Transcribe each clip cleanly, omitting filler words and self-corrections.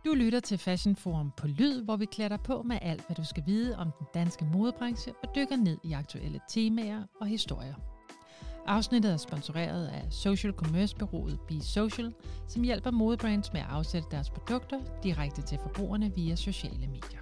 Du lytter til Fashion Forum på Lyd, hvor vi klæder dig på med alt, hvad du skal vide om den danske modebranche og dykker ned i aktuelle temaer og historier. Afsnittet er sponsoreret af social commerce-bureauet Be Social, som hjælper modebrands med at afsætte deres produkter direkte til forbrugerne via sociale medier.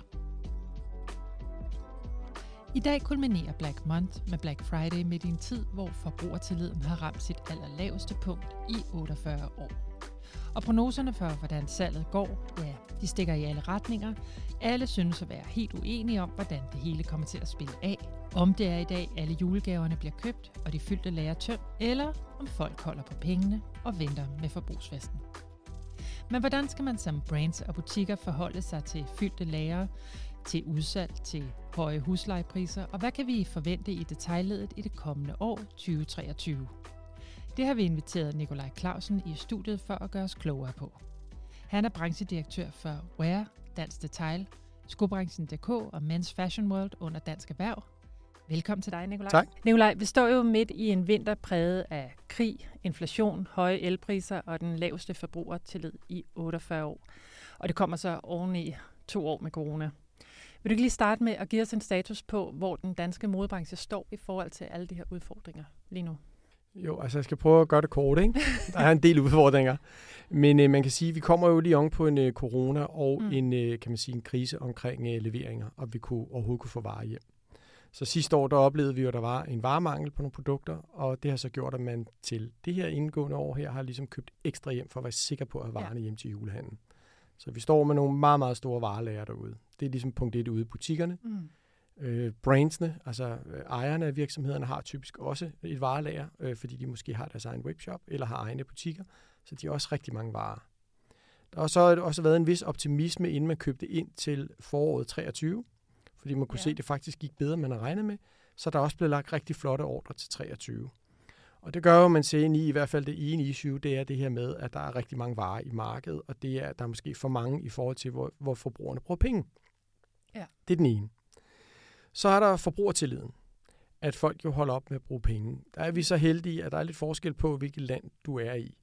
I dag kulminerer Black Month med Black Friday midt i en tid, hvor forbrugertilliden har ramt sit allerlaveste punkt i 48 år. Og prognoserne for, hvordan salget går, de stikker i alle retninger. Alle synes at være helt uenige om, hvordan det hele kommer til at spille af. Om det er i dag, alle julegaverne bliver købt, og de fyldte lager tømt, eller om folk holder på pengene og venter med forbrugsfesten. Men hvordan skal man som brands og butikker forholde sig til fyldte lager, til udsalg, til høje huslejepriser, og hvad kan vi forvente i detailledet i det kommende år 2023? Det har vi inviteret Nikolaj Clausen i studiet for at gøre os klogere på. Han er branchedirektør for Wear, Dansk Detail, Skobranchen.dk og Men's Fashion World under Dansk Erhverv. Velkommen til dig, Nikolaj. Tak. Nikolaj, vi står jo midt i en vinter præget af krig, inflation, høje elpriser og den laveste forbrugertillid i 48 år. Og det kommer så oven i 2 år med corona. Vil du ikke lige starte med at give os en status på, hvor den danske modebranche står i forhold til alle de her udfordringer lige nu? Jo, altså jeg skal prøve at gøre det kort, ikke? Der er en del udfordringer. Men man kan sige, at vi kommer jo lige oven på en corona og en krise omkring leveringer, og vi overhovedet kunne få varer hjem. Så sidste år, der oplevede vi jo, at der var en varemangel på nogle produkter, og det har så gjort, at man til det her indgående år her har ligesom købt ekstra hjem for at være sikker på at have varerne hjem til julehandlen. Så vi står med nogle meget, meget store varelager derude. Det er ligesom punkt 1 ude i butikkerne. Brandsene, altså ejerne af virksomhederne, har typisk også et varelager, fordi de måske har deres egen webshop eller har egne butikker, så de har også rigtig mange varer. Der har så også været en vis optimisme, inden man købte ind til foråret 23, fordi man kunne se, at det faktisk gik bedre, end man havde regnet med, så der er også blevet lagt rigtig flotte ordre til 23. Og det gør jo, man ser ind i hvert fald det ene issue, det er det her med, at der er rigtig mange varer i markedet, og det er, at der er måske for mange i forhold til, hvor forbrugerne bruger penge. Ja. Det er den ene. Så er der forbrugertilliden, at folk jo holder op med at bruge penge. Der er vi så heldige, at der er lidt forskel på, hvilket land du er i.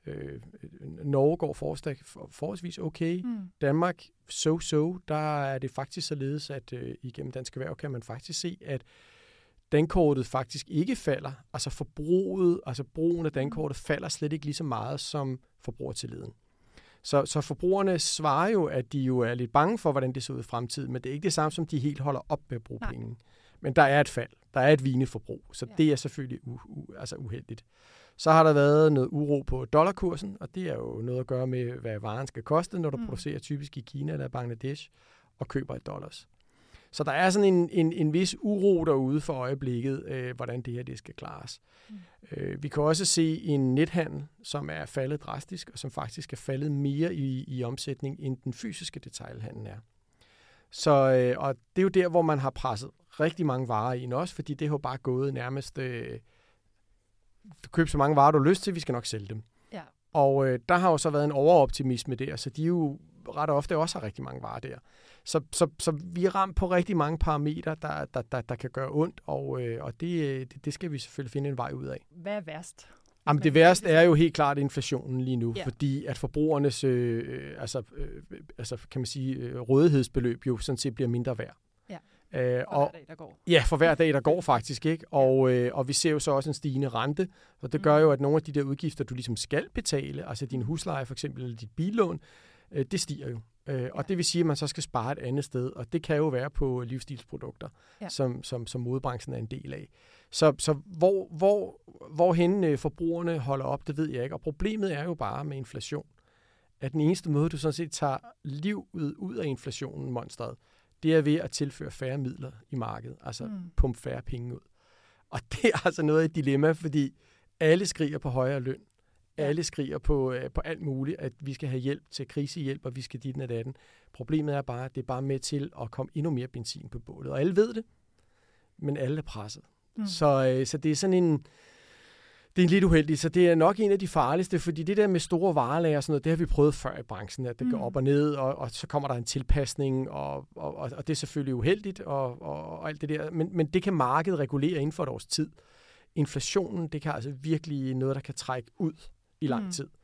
Norge går forholdsvis okay. Danmark, der er det faktisk således, at igennem Dansk Erhverv kan man faktisk se, at dankortet faktisk ikke falder. Altså brugen af dankortet falder slet ikke lige så meget som forbrugertilliden. Så forbrugerne svarer jo, at de jo er lidt bange for, hvordan det ser ud i fremtiden, men det er ikke det samme, som de helt holder op med at bruge penge. Men der er et fald. Der er et vigende forbrug, så det er selvfølgelig uheldigt. Så har der været noget uro på dollarkursen, og det er jo noget at gøre med, hvad varen skal koste, når du producerer typisk i Kina eller Bangladesh og køber i dollars. Så der er sådan en vis uro derude for øjeblikket, hvordan det her det skal klares. Vi kan også se en nethandel, som er faldet drastisk, og som faktisk er faldet mere i omsætning, end den fysiske detailhandel er. Så, og det er jo der, hvor man har presset rigtig mange varer ind også, fordi det har jo bare gået nærmest, du køber så mange varer, du har lyst til, vi skal nok sælge dem. Ja. Og der har jo så været en overoptimisme der, så de jo ret ofte også har rigtig mange varer der. Så vi er ramt på rigtig mange parametre, der kan gøre ondt, og det skal vi selvfølgelig finde en vej ud af. Hvad er værst? Jamen, det værste er jo helt klart inflationen lige nu, fordi at forbrugernes kan man sige, rådighedsbeløb jo sådan set bliver mindre værd. For hver dag, der går. Ja, for hver dag, der går faktisk, ikke? Og vi ser jo så også en stigende rente, og det gør jo, at nogle af de der udgifter, du ligesom skal betale, altså din husleje for eksempel, eller dit billån, det stiger jo. Og det vil sige, at man så skal spare et andet sted, og det kan jo være på livsstilsprodukter, som modebranchen er en del af. Så hvorhen forbrugerne holder op, det ved jeg ikke. Og problemet er jo bare med inflation, at den eneste måde, du sådan set tager livet ud af inflationen, monstret, det er ved at tilføre færre midler i markedet, altså pumpe færre penge ud. Og det er altså noget af et dilemma, fordi alle skriger på højere løn. Alle skriger på alt muligt, at vi skal have hjælp til krisehjælp, og vi skal dit og datten. Problemet er bare, at det er bare med til at komme endnu mere benzin på bålet. Og alle ved det, men alle er presset. Så det er sådan en... Det er lidt uheldigt, så det er nok en af de farligste, fordi det der med store varelager og sådan noget, det har vi prøvet før i branchen, at det går op og ned, og så kommer der en tilpasning, og det er selvfølgelig uheldigt, og alt det der. Men det kan markedet regulere inden for et års tid. Inflationen, det kan altså virkelig noget, der kan trække ud i lang tid.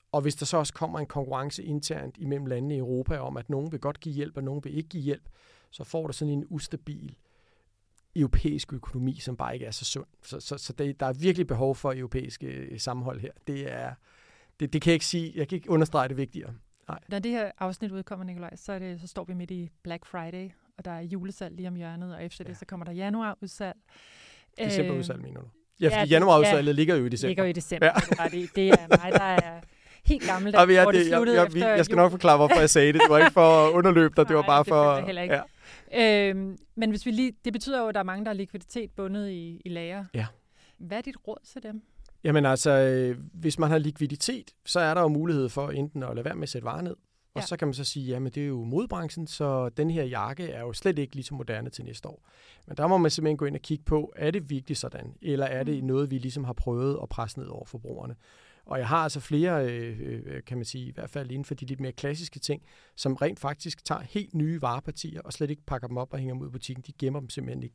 Og hvis der så også kommer en konkurrence internt imellem landene i Europa om, at nogen vil godt give hjælp, og nogen vil ikke give hjælp, så får du sådan en ustabil europæisk økonomi, som bare ikke er så sund. Så der er virkelig behov for europæisk sammenhold her. Det kan jeg ikke sige. Jeg kan ikke understrege det vigtigere. Nej. Når det her afsnit udkommer, Nikolaj, så står vi midt i Black Friday, og der er julesalg lige om hjørnet, og efter det, så kommer der januarudsalg. Decemberudsalg, mener du? Ja, fordi januarudsalget ligger jo i december. Ligger jo i december. Ja. Det er mig, der er helt gammel, jeg skal nok forklare, hvorfor jeg sagde det. Det var ikke for at underløbe dig, det var bare for... Det heller ikke. Ja. Men hvis det betyder jo, at der er mange, der har likviditet bundet i lager. Ja. Hvad er dit råd til dem? Jamen altså, hvis man har likviditet, så er der jo mulighed for enten at lade være med at sætte varer ned, og så kan man så sige, jamen det er jo modebranchen, så den her jakke er jo slet ikke lige så moderne til næste år. Men der må man simpelthen gå ind og kigge på, er det virkelig sådan, eller er det noget, vi ligesom har prøvet at presse ned over forbrugerne? Og jeg har altså flere, kan man sige, i hvert fald inden for de lidt mere klassiske ting, som rent faktisk tager helt nye varepartier og slet ikke pakker dem op og hænger dem ud i butikken. De gemmer dem simpelthen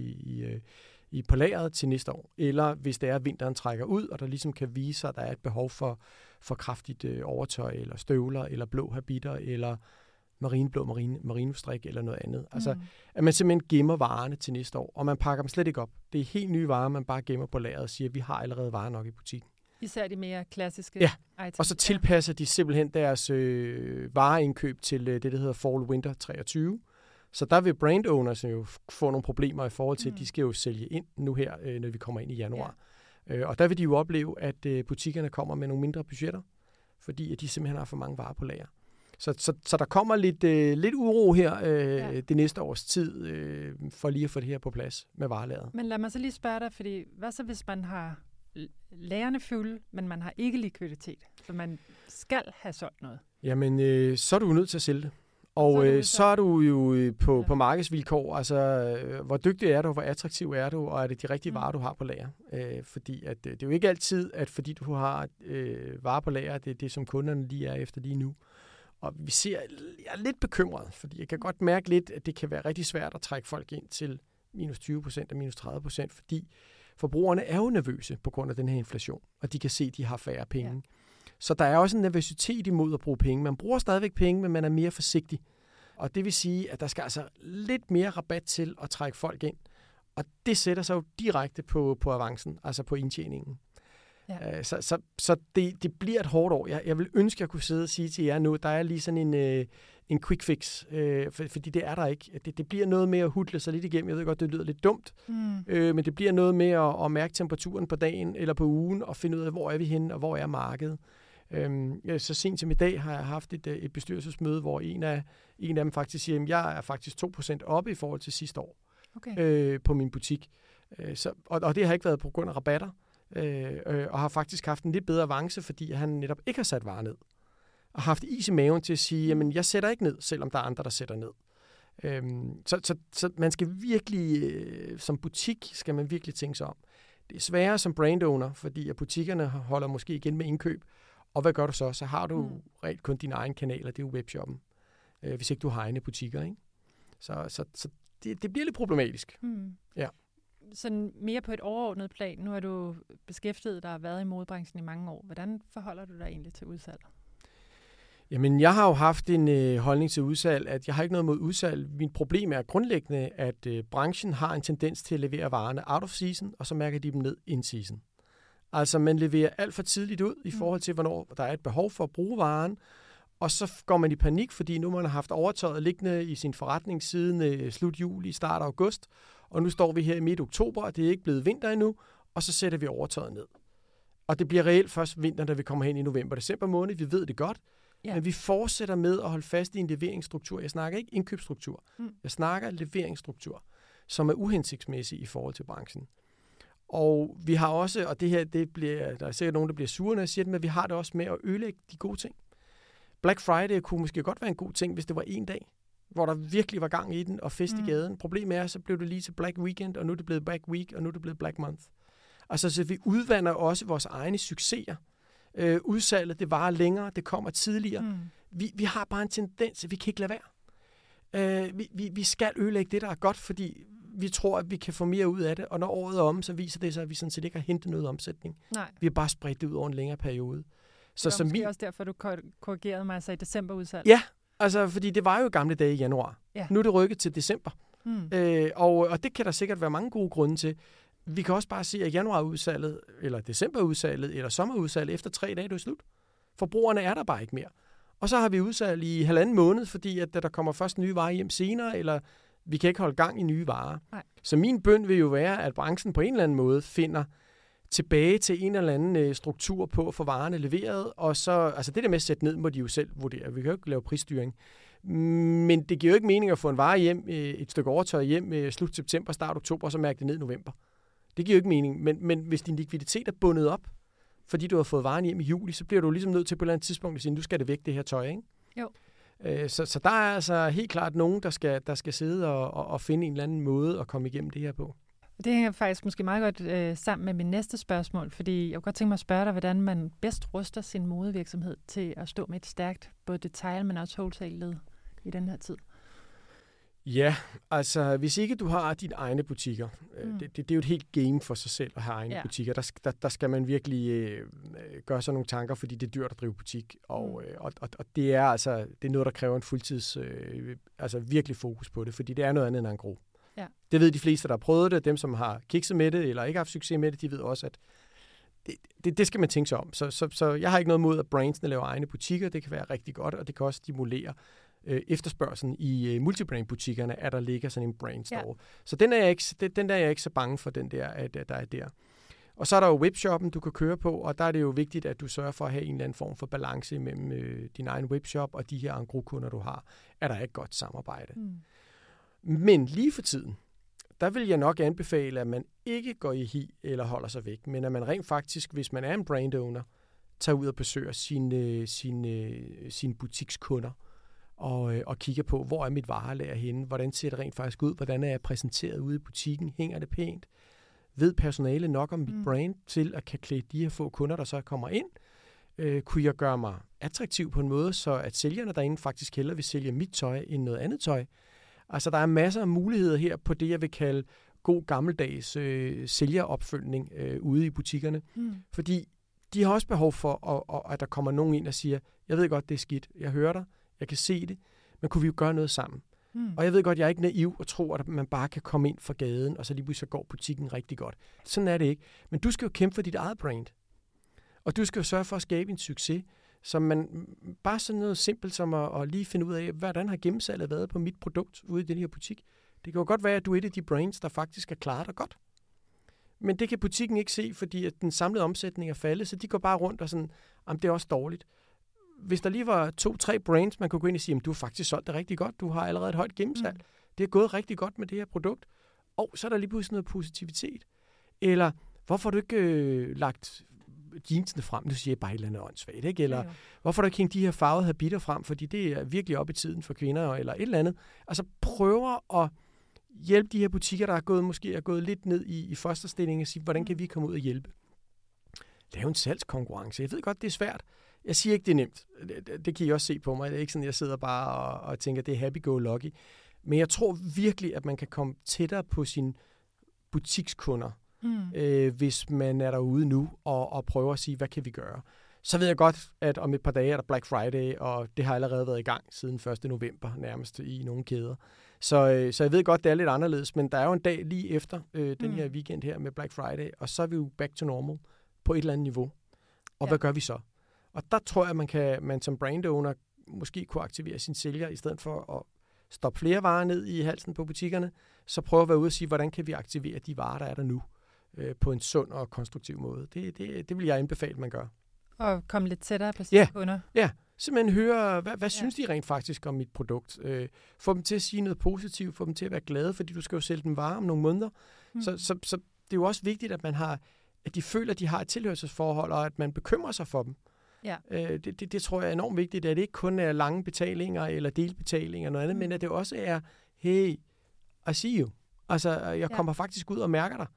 på lageret til næste år. Eller hvis det er, at vinteren trækker ud, og der ligesom kan vise sig, at der er et behov for kraftigt overtøj, eller støvler, eller blå habitter, eller marinestrik eller noget andet. Altså, at man simpelthen gemmer varerne til næste år, og man pakker dem slet ikke op. Det er helt nye varer, man bare gemmer på lageret og siger, at vi har allerede varer nok i butikken. Især de mere klassiske items. Og så tilpasser de simpelthen deres vareindkøb til det, der hedder Fall Winter 23. Så der vil brand owners jo få nogle problemer i forhold til, at de skal jo sælge ind nu her, når vi kommer ind i januar. Ja. Og der vil de jo opleve, at butikkerne kommer med nogle mindre budgetter, fordi at de simpelthen har for mange varer på lager. Så der kommer lidt uro her det næste års tid, for lige at få det her på plads med varelageret. Men lad mig så lige spørge dig, fordi hvad så hvis man har lagerne fulde, men man har ikke likviditet, så man skal have solgt noget? Jamen, så er du nødt til at sælge det. Og så er du jo på markedsvilkår, altså hvor dygtig er du, hvor attraktiv er du, og er det de rigtige varer, du har på lager? Fordi at, det er jo ikke altid, at fordi du har varer på lager, det er det, som kunderne lige er efter lige nu. Og jeg er lidt bekymret, fordi jeg kan godt mærke lidt, at det kan være rigtig svært at trække folk ind til minus 20% og minus 30%, fordi forbrugerne er jo nervøse på grund af den her inflation, og de kan se, at de har færre penge. Ja. Så der er også en nervøsitet imod at bruge penge. Man bruger stadigvæk penge, men man er mere forsigtig. Og det vil sige, at der skal altså lidt mere rabat til at trække folk ind. Og det sætter sig jo direkte på avancen, altså på indtjeningen. Ja. Så det bliver et hårdt år. Jeg vil ønske, at jeg kunne sidde og sige til jer nu, der er lige sådan en quick fix, fordi det er der ikke. Det bliver noget med at hudle sig lidt igennem. Jeg ved godt, det lyder lidt dumt, men det bliver noget med at mærke temperaturen på dagen eller på ugen og finde ud af, hvor er vi henne og hvor er markedet. Så sent som i dag har jeg haft et bestyrelsesmøde, hvor en af dem faktisk siger, at jeg er faktisk 2% oppe i forhold til sidste år på min butik. Og det har ikke været på grund af rabatter, og har faktisk haft en lidt bedre avance, fordi han netop ikke har sat varer ned. Og haft is i maven til at sige, jamen jeg sætter ikke ned, selvom der er andre, der sætter ned. Så man skal virkelig, som butik, skal man virkelig tænke sig om. Det er sværere som brand owner, fordi at butikkerne holder måske igen med indkøb. Og hvad gør du så? Så har du rent kun dine egne kanaler, det er jo webshoppen. Hvis ikke du har egne butikker, ikke? Så det bliver lidt problematisk. Ja. Sådan mere på et overordnet plan. Nu er du beskæftiget, der har været i modebranchen i mange år. Hvordan forholder du dig egentlig til udsalg? Jamen, jeg har jo haft en holdning til udsalg, at jeg har ikke noget mod udsalg. Min problem er grundlæggende, at branchen har en tendens til at levere varerne out of season, og så mærker de dem ned in season. Altså, man leverer alt for tidligt ud i forhold til, hvornår der er et behov for at bruge varen, og så går man i panik, fordi nu man har haft overtøjet liggende i sin forretning siden slut juli, start august, og nu står vi her i midt oktober, og det er ikke blevet vinter endnu, og så sætter vi overtøjet ned. Og det bliver reelt først vinter, da vi kommer hen i november-december måned. Vi ved det godt, men vi fortsætter med at holde fast i en leveringsstruktur. Jeg snakker ikke indkøbsstruktur. Jeg snakker leveringsstruktur, som er uhensigtsmæssig i forhold til branchen. Og vi har også, og det her, der er sikkert nogen, der bliver sure, når jeg siger det, men vi har det også med at ødelægge de gode ting. Black Friday kunne måske godt være en god ting, hvis det var en dag, hvor der virkelig var gang i den og fest i gaden. Problemet er, så blev det lige til Black Weekend, og nu er det blevet Black Week, og nu er det blevet Black Month. Altså, så vi udvander også vores egne succeser. Udsalget, det varer længere, det kommer tidligere. Vi har bare en tendens, vi kan ikke lade være. Vi skal ødelægge det, der er godt, fordi vi tror, at vi kan få mere ud af det, og når året er om, så viser det sig, at vi sådan set ikke har hentet noget omsætning. Nej. Vi har bare spredt det ud over en længere periode. Så det var måske også derfor, du korrigerede mig altså i decemberudsalg. Ja, altså fordi det var jo gamle dage i januar. Ja. Nu er det rykket til december. Og det kan der sikkert være mange gode grunde til. Vi kan også bare sige, at januarudsalget, eller decemberudsalget, eller sommerudsalget efter 3 dage, det er slut. Forbrugerne er der bare ikke mere. Og så har vi udsalg i 1,5 måned, fordi at der kommer først nye varer hjem senere, eller vi kan ikke holde gang i nye varer. Nej. Så min bøn vil jo være, at branchen på en eller anden måde finder tilbage til en eller anden struktur på at få varerne leveret, og så, altså det der med at sætte ned, må de jo selv vurdere. Vi kan jo ikke lave prisstyring. Men det giver jo ikke mening at få en vare hjem, et stykke overtøj hjem slut september, start oktober, og så mærke det ned i november. Det giver jo ikke mening. Men hvis din likviditet er bundet op, fordi du har fået varen hjem i juli, så bliver du ligesom nødt til på et eller andet tidspunkt at sige, nu skal det væk, det her tøj, ikke? Jo. Så der er altså helt klart nogen, der skal sidde og finde en eller anden måde at komme igennem det her på. Det hænger faktisk måske meget godt sammen med min næste spørgsmål, fordi jeg kunne godt tænke mig at spørge dig, hvordan man bedst ruster sin modevirksomhed til at stå med et stærkt både detail, men også wholesale-led i den her tid. Ja, altså hvis ikke du har dine egne butikker, det er jo et helt game for sig selv at have egne butikker. Der skal man virkelig gøre sig nogle tanker, fordi det er dyrt at drive butik, og det er altså det er noget, der kræver en fuldtids, altså virkelig fokus på det, fordi det er noget andet end en gro. Ja. Det ved de fleste, der har prøvet det. Dem, som har kikset med det, eller ikke haft succes med det, de ved også, at det skal man tænke sig om. Så jeg har ikke noget mod, at brandsene laver egne butikker. Det kan være rigtig godt, og det kan også stimulere efterspørgselen i multibrand-butikkerne, at der ligger sådan en brandstore. Ja. Så den er jeg ikke så bange for, den der, at der er der. Og så er der jo webshoppen, du kan køre på, og der er det jo vigtigt, at du sørger for at have en eller anden form for balance mellem din egen webshop og de her engroskunder, du har. Er der et godt samarbejde. Men lige for tiden, der vil jeg nok anbefale, at man ikke går i hi eller holder sig væk, men at man rent faktisk, hvis man er en brand owner, tager ud og besøger sine butikskunder og kigger på, hvor er mit varelager henne, hvordan ser det rent faktisk ud, hvordan er jeg præsenteret ude i butikken, hænger det pænt, ved personale nok om mit brand til at kan klæde de her få kunder, der så kommer ind, kunne jeg gøre mig attraktiv på en måde, så at sælgerne derinde faktisk hellere vil sælge mit tøj end noget andet tøj. Altså, der er masser af muligheder her på det, jeg vil kalde god gammeldags sælgeropfølgning ude i butikkerne. Fordi de har også behov for, at der kommer nogen ind og siger, jeg ved godt, det er skidt, jeg hører dig, jeg kan se det, men kunne vi jo gøre noget sammen? Og jeg ved godt, jeg er ikke naiv og tror, at man bare kan komme ind fra gaden, og så lige pludselig går butikken rigtig godt. Sådan er det ikke. Men du skal jo kæmpe for dit eget brand. Og du skal jo sørge for at skabe en succes, som man bare sådan noget simpelt som at lige finde ud af, hvordan har gennemsalget været på mit produkt ude i den her butik. Det kan jo godt være, at du er et af de brands, der faktisk skal klare dig godt. Men det kan butikken ikke se, fordi at den samlede omsætning er faldet, så de går bare rundt og sådan, det er også dårligt. Hvis der lige var 2-3 brands, man kunne gå ind og sige, du har faktisk solgt det rigtig godt, du har allerede et højt gennemsalg. Det er gået rigtig godt med det her produkt. Og så er der lige pludselig noget positivitet. Eller, hvorfor har du ikke lagt jeansene frem? Nu siger jeg bare et eller andet åndssvagt, ikke? Eller, hvorfor har du ikke hængt de her farvede habitter frem? Fordi det er virkelig op i tiden for kvinder, eller et eller andet. Altså, prøver at hjælpe de her butikker, der måske er gået lidt ned i fosterstilling, og sige, hvordan kan vi komme ud og hjælpe? Lave en salgskonkurrence. Jeg ved godt, det er svært. Jeg siger ikke, det er nemt. Det kan I også se på mig. Det er ikke sådan, jeg sidder bare og tænker, det er happy-go-lucky. Men jeg tror virkelig, at man kan komme tættere på sine butikskunder, hvis man er derude nu og prøver at sige, hvad kan vi gøre? Så ved jeg godt, at om et par dage er der Black Friday, og det har allerede været i gang siden 1. november nærmest i nogle kæder. Så jeg ved godt, det er lidt anderledes, men der er jo en dag lige efter den her weekend her med Black Friday, og så er vi jo back to normal på et eller andet niveau. Og hvad gør vi så? Og der tror jeg, at man som brand owner måske kunne aktivere sin sælger, i stedet for at stoppe flere varer ned i halsen på butikkerne, så prøve at være ude og sige, hvordan kan vi aktivere de varer, der er der nu, på en sund og konstruktiv måde. Det vil jeg anbefale, man gør. Og komme lidt tættere på sine kunder. Ja, simpelthen høre, hvad synes de rent faktisk om mit produkt? Få dem til at sige noget positivt, få dem til at være glade, fordi du skal jo sælge dem varer om nogle måneder. Så det er jo også vigtigt, at de føler, at de har et tilhørsforhold, og at man bekymrer sig for dem. Ja. Det tror jeg er enormt vigtigt, at det ikke kun er lange betalinger eller delbetalinger og noget andet, men at det også er, hey, I see you. Altså, jeg kommer faktisk ud og mærker dig.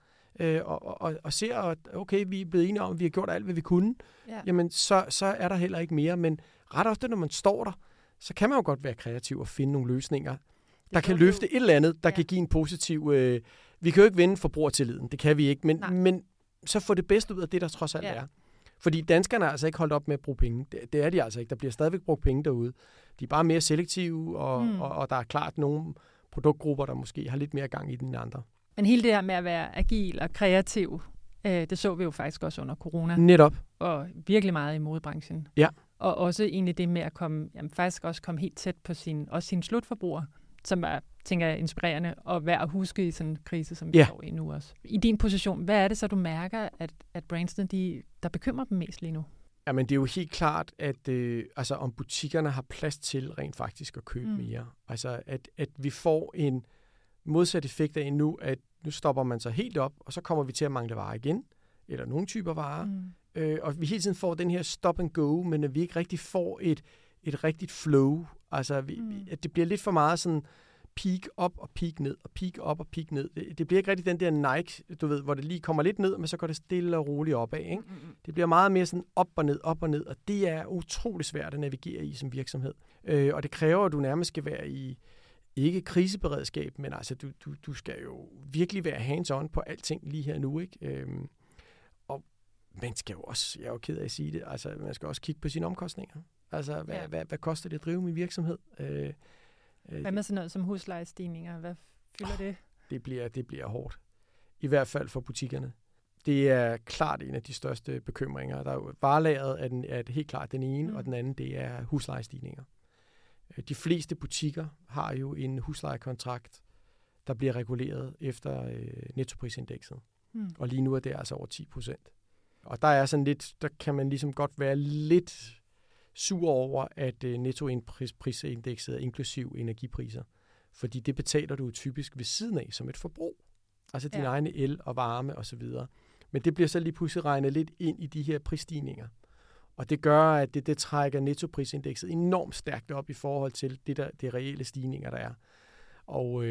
Og ser, at okay, vi er blevet enige om, at vi har gjort alt, hvad vi kunne, jamen så er der heller ikke mere. Men ret ofte, når man står der, så kan man jo godt være kreativ og finde nogle løsninger, der kan løfte et eller andet, der kan give en positiv... vi kan jo ikke vinde forbrugertilliden, det kan vi ikke, men så få det bedste ud af det, der trods alt er. Fordi danskerne er altså ikke holdt op med at bruge penge. Det er de altså ikke. Der bliver stadigvæk brugt penge derude. De er bare mere selektive, og der er klart nogle produktgrupper, der måske har lidt mere gang i den end andre. Men hele det her med at være agil og kreativ, det så vi jo faktisk også under corona. Netop. Og virkelig meget i modebranchen. Ja. Og også egentlig det med at komme helt tæt på sin slutforbruger, som var, tænker jeg, inspirerende og værd at huske i sådan en krise, som vi står i nu også. I din position, hvad er det så, du mærker, at brandsene, der bekymrer dem mest lige nu? Jamen, det er jo helt klart, at om butikkerne har plads til rent faktisk at købe mere. Altså, at vi får en modsat effekt af nu, at nu stopper man så helt op, og så kommer vi til at mangle varer igen, eller nogle typer varer. Og vi hele tiden får den her stop and go, men at vi ikke rigtig får et rigtigt flow. Altså, at det bliver lidt for meget sådan peak op og peak ned, og peak op og peak ned. Det bliver ikke rigtig den der Nike, du ved, hvor det lige kommer lidt ned, men så går det stille og roligt opad. Ikke? Det bliver meget mere sådan op og ned, og det er utrolig svært at navigere i som virksomhed. Og det kræver, at du nærmest skal være i ikke kriseberedskab, men altså, du skal jo virkelig være hands-on på alting lige her nu, ikke? Og man skal jo også, jeg er jo ked af at sige det, altså, man skal også kigge på sine omkostninger. Altså, hvad koster det at drive min virksomhed? Hvad med sådan noget som huslejestigninger? Hvad fylder det? Det bliver hårdt. I hvert fald for butikkerne. Det er klart en af de største bekymringer. Der er jo varelageret er helt klart den ene, og den anden, det er huslejestigninger. De fleste butikker har jo en huslejekontrakt, der bliver reguleret efter nettoprisindekset. Og lige nu er det altså over 10%. Og der er sådan lidt, der kan man ligesom godt være lidt sur over, at nettoprisindekset er inklusiv energipriser. Fordi det betaler du typisk ved siden af som et forbrug. Altså din egen el og varme osv. Men det bliver så lige pludselig regnet lidt ind i de her prisstigninger. Og det gør, at det trækker nettoprisindekset enormt stærkt op i forhold til det reelle stigninger, der er. Og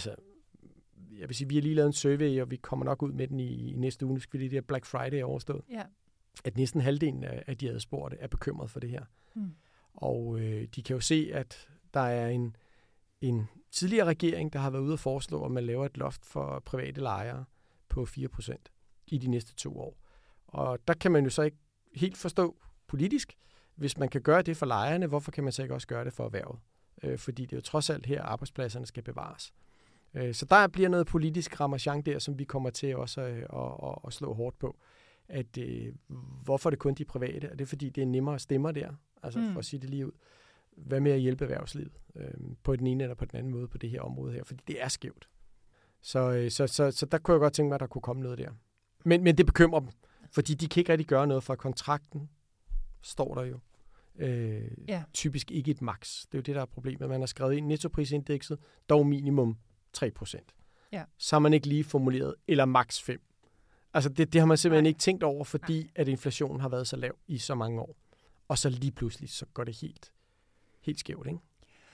jeg vil sige, vi har lige lavet en survey, og vi kommer nok ud med den i næste uge, fordi det der Black Friday er overstået. Ja. At næsten halvdelen af de adspurgte er bekymret for det her. Og de kan jo se, at der er en tidligere regering, der har været ude at foreslå, at man laver et loft for private lejere på 4% i de næste 2 år. Og der kan man jo så ikke helt forstå politisk, hvis man kan gøre det for lejerne, hvorfor kan man så ikke også gøre det for erhvervet? Fordi det er jo trods alt her, arbejdspladserne skal bevares. Så der bliver noget politisk ramachan der, som vi kommer til også at slå hårdt på. At hvorfor er det kun de private? Er det fordi, det er nemmere stemmer der? Altså for at sige det lige ud. Hvad med at hjælpe erhvervslivet på den ene eller på den anden måde på det her område her? Fordi det er skævt. Så der kunne jeg godt tænke mig, at der kunne komme noget der. Men det bekymrer dem, fordi de kan ikke rigtig gøre noget, for kontrakten står der jo. Typisk ikke et max. Det er jo det, der er problemet. Man har skrevet ind nettoprisindekset, dog minimum 3%. Ja. Så har man ikke lige formuleret, eller max 5. Altså det har man simpelthen ikke tænkt over, fordi at inflationen har været så lav i så mange år. Og så lige pludselig, så går det helt skævt, ikke?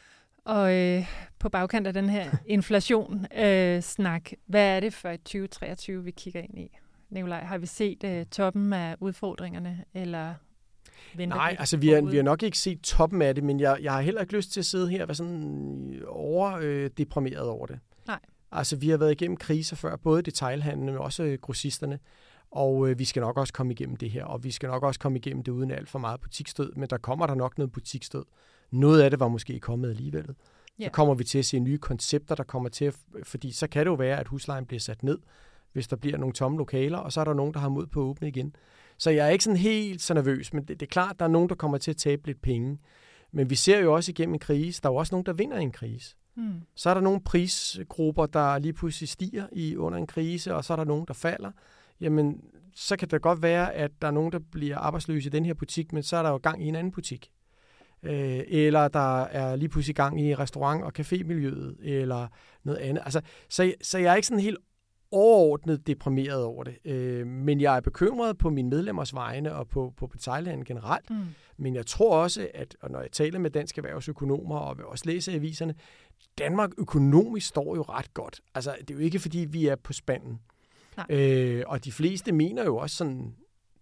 Og på bagkant af den her inflation-snak, hvad er det for et 2023, vi kigger ind i? Nikolaj, har vi set toppen af udfordringerne, eller venter vi? Nej, altså vi har nok ikke set toppen af det, men jeg har heller ikke lyst til at sidde her og være sådan overdeprimeret over det. Nej. Altså vi har været igennem kriser før, både detailhandlen, men også grossisterne, og vi skal nok også komme igennem det her, og vi skal nok også komme igennem det uden alt for meget butiksstød, men der kommer der nok noget butiksstød. Noget af det var måske kommet alligevel. Så kommer vi til at se nye koncepter, der kommer til, fordi så kan det jo være, at huslejen bliver sat ned, hvis der bliver nogle tomme lokaler, og så er der nogen, der har mod på at åbne igen. Så jeg er ikke sådan helt så nervøs, men det er klart, at der er nogen, der kommer til at tabe lidt penge. Men vi ser jo også igennem en krise, der er jo også nogen, der vinder en krise. Så er der nogle prisgrupper, der lige pludselig stiger under en krise, og så er der nogen, der falder. Jamen, så kan det godt være, at der er nogen, der bliver arbejdsløse i den her butik, men så er der jo gang i en anden butik. Eller der er lige pludselig gang i restaurant- og cafémiljøet, eller noget andet. Altså, så jeg er ikke sådan helt overordnet deprimeret over det. Men jeg er bekymret på mine medlemmers vegne og på detailhandlen generelt. Men jeg tror også, at og når jeg taler med danske erhvervsøkonomer og vil også læse aviserne, Danmark økonomisk står jo ret godt. Altså, det er jo ikke, fordi vi er på spanden. Og de fleste mener jo også sådan,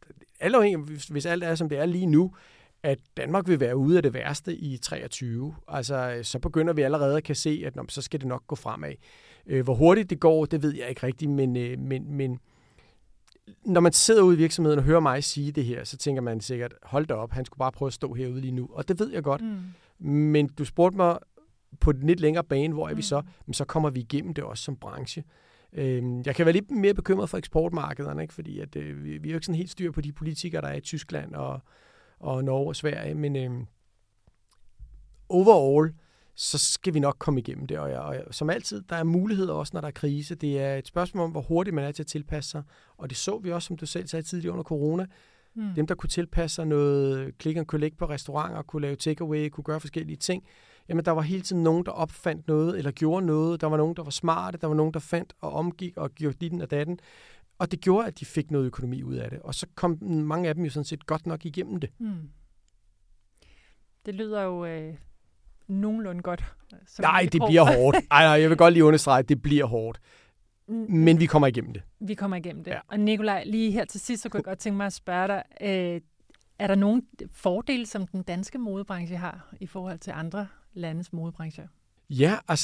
hvis alt er, som det er lige nu, at Danmark vil være ude af det værste i 23. Altså, så begynder vi allerede at kan se, at så skal det nok gå fremad. Hvor hurtigt det går, det ved jeg ikke rigtigt, men når man sidder ude i virksomheden og hører mig sige det her, så tænker man sikkert, hold da op, han skulle bare prøve at stå herude lige nu. Og det ved jeg godt. Men du spurgte mig på den lidt længere bane, hvor er vi så? Men så kommer vi igennem det også som branche. Jeg kan være lidt mere bekymret for eksportmarkederne, ikke? Fordi at, vi er jo ikke sådan helt styr på de politikere, der er i Tyskland og Norge og Sverige. Men overall, så skal vi nok komme igennem det. Og som altid, der er muligheder også, når der er krise. Det er et spørgsmål om, hvor hurtigt man er til at tilpasse sig. Og det så vi også, som du selv sagde tidligere under corona. Dem, der kunne tilpasse sig noget click and collect på restauranter, kunne lave takeaway, kunne gøre forskellige ting. Jamen, der var hele tiden nogen, der opfandt noget, eller gjorde noget. Der var nogen, der var smarte, der var nogen, der fandt og omgik og gjorde ditten og datten. Og det gjorde, at de fik noget økonomi ud af det. Og så kom mange af dem jo sådan set godt nok igennem det. Det lyder jo nogenlunde godt. Nej, det bliver hårdt. Ej, jeg vil godt lige understrege, at det bliver hårdt. Men vi kommer igennem det. Vi kommer igennem det. Ja. Og Nikolaj, lige her til sidst, så kunne jeg godt tænke mig at spørge dig, er der nogen fordele, som den danske modebranche har i forhold til andre landes modebrancher? Ja, altså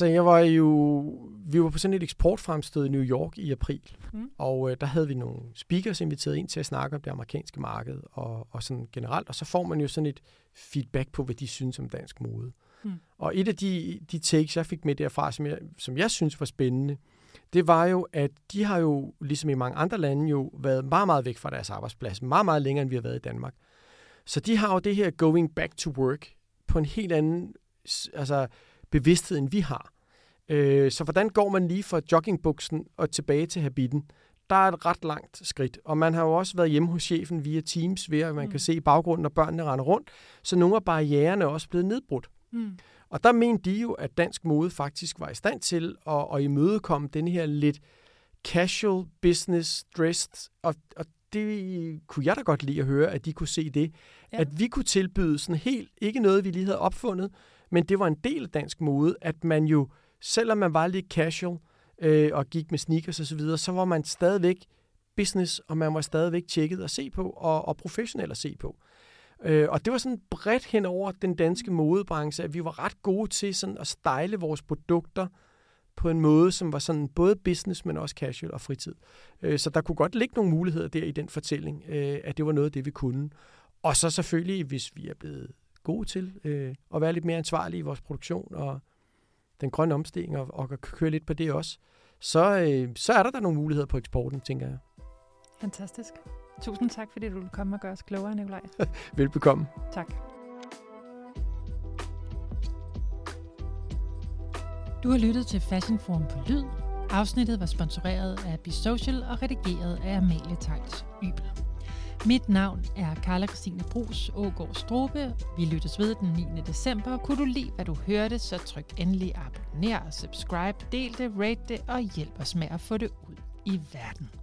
vi var på sådan et eksportfremstød i New York i april, og der havde vi nogle speakers inviteret ind til at snakke om det amerikanske marked og sådan generelt, og så får man jo sådan et feedback på, hvad de synes om dansk mode. Og et af de takes, jeg fik med derfra, som jeg synes var spændende, det var jo, at de har jo, ligesom i mange andre lande, jo været meget, meget væk fra deres arbejdsplads, meget, meget længere, end vi har været i Danmark. Så de har jo det her going back to work på en helt anden bevidsthed, end vi har. Så hvordan går man lige fra joggingbuksen og tilbage til habitten? Der er et ret langt skridt, og man har jo også været hjemme hos chefen via Teams, ved at man kan se i baggrunden, når børnene render rundt, så nogle af barriererne er også blevet nedbrudt. Og der mente de jo, at dansk mode faktisk var i stand til at imødekomme den her lidt casual business dressed, og det kunne jeg da godt lide at høre, at de kunne se det. Ja. At vi kunne tilbyde sådan helt, ikke noget, vi lige havde opfundet, men det var en del af dansk mode, at man jo, selvom man var lidt casual og gik med sneakers og så videre, så var man stadigvæk business, og man var stadigvæk tjekket at se på, og professionel at se på. Og det var sådan bredt hen over den danske modebranche, at vi var ret gode til sådan at style vores produkter på en måde, som var sådan både business, men også casual og fritid. Så der kunne godt ligge nogle muligheder der i den fortælling, at det var noget af det, vi kunne. Og så selvfølgelig, hvis vi er blevet gode til at være lidt mere ansvarlige i vores produktion og den grønne omstilling og køre lidt på det også, så er der nogle muligheder på eksporten, tænker jeg. Fantastisk. Tusind tak, fordi du ville komme og gøre os klogere, Nikolaj. Velbekomme. Tak. Du har lyttet til Fashion Forum på Lyd. Afsnittet var sponsoreret af Be Social og redigeret af Amalie Theils Ybel. Mit navn er Carla Christine Bruus Aagaard Strobe. Vi lyttes ved den 9. december. Kunne du lide, hvad du hørte, så tryk endelig abonner og subscribe, del det, rate det og hjælp os med at få det ud i verden.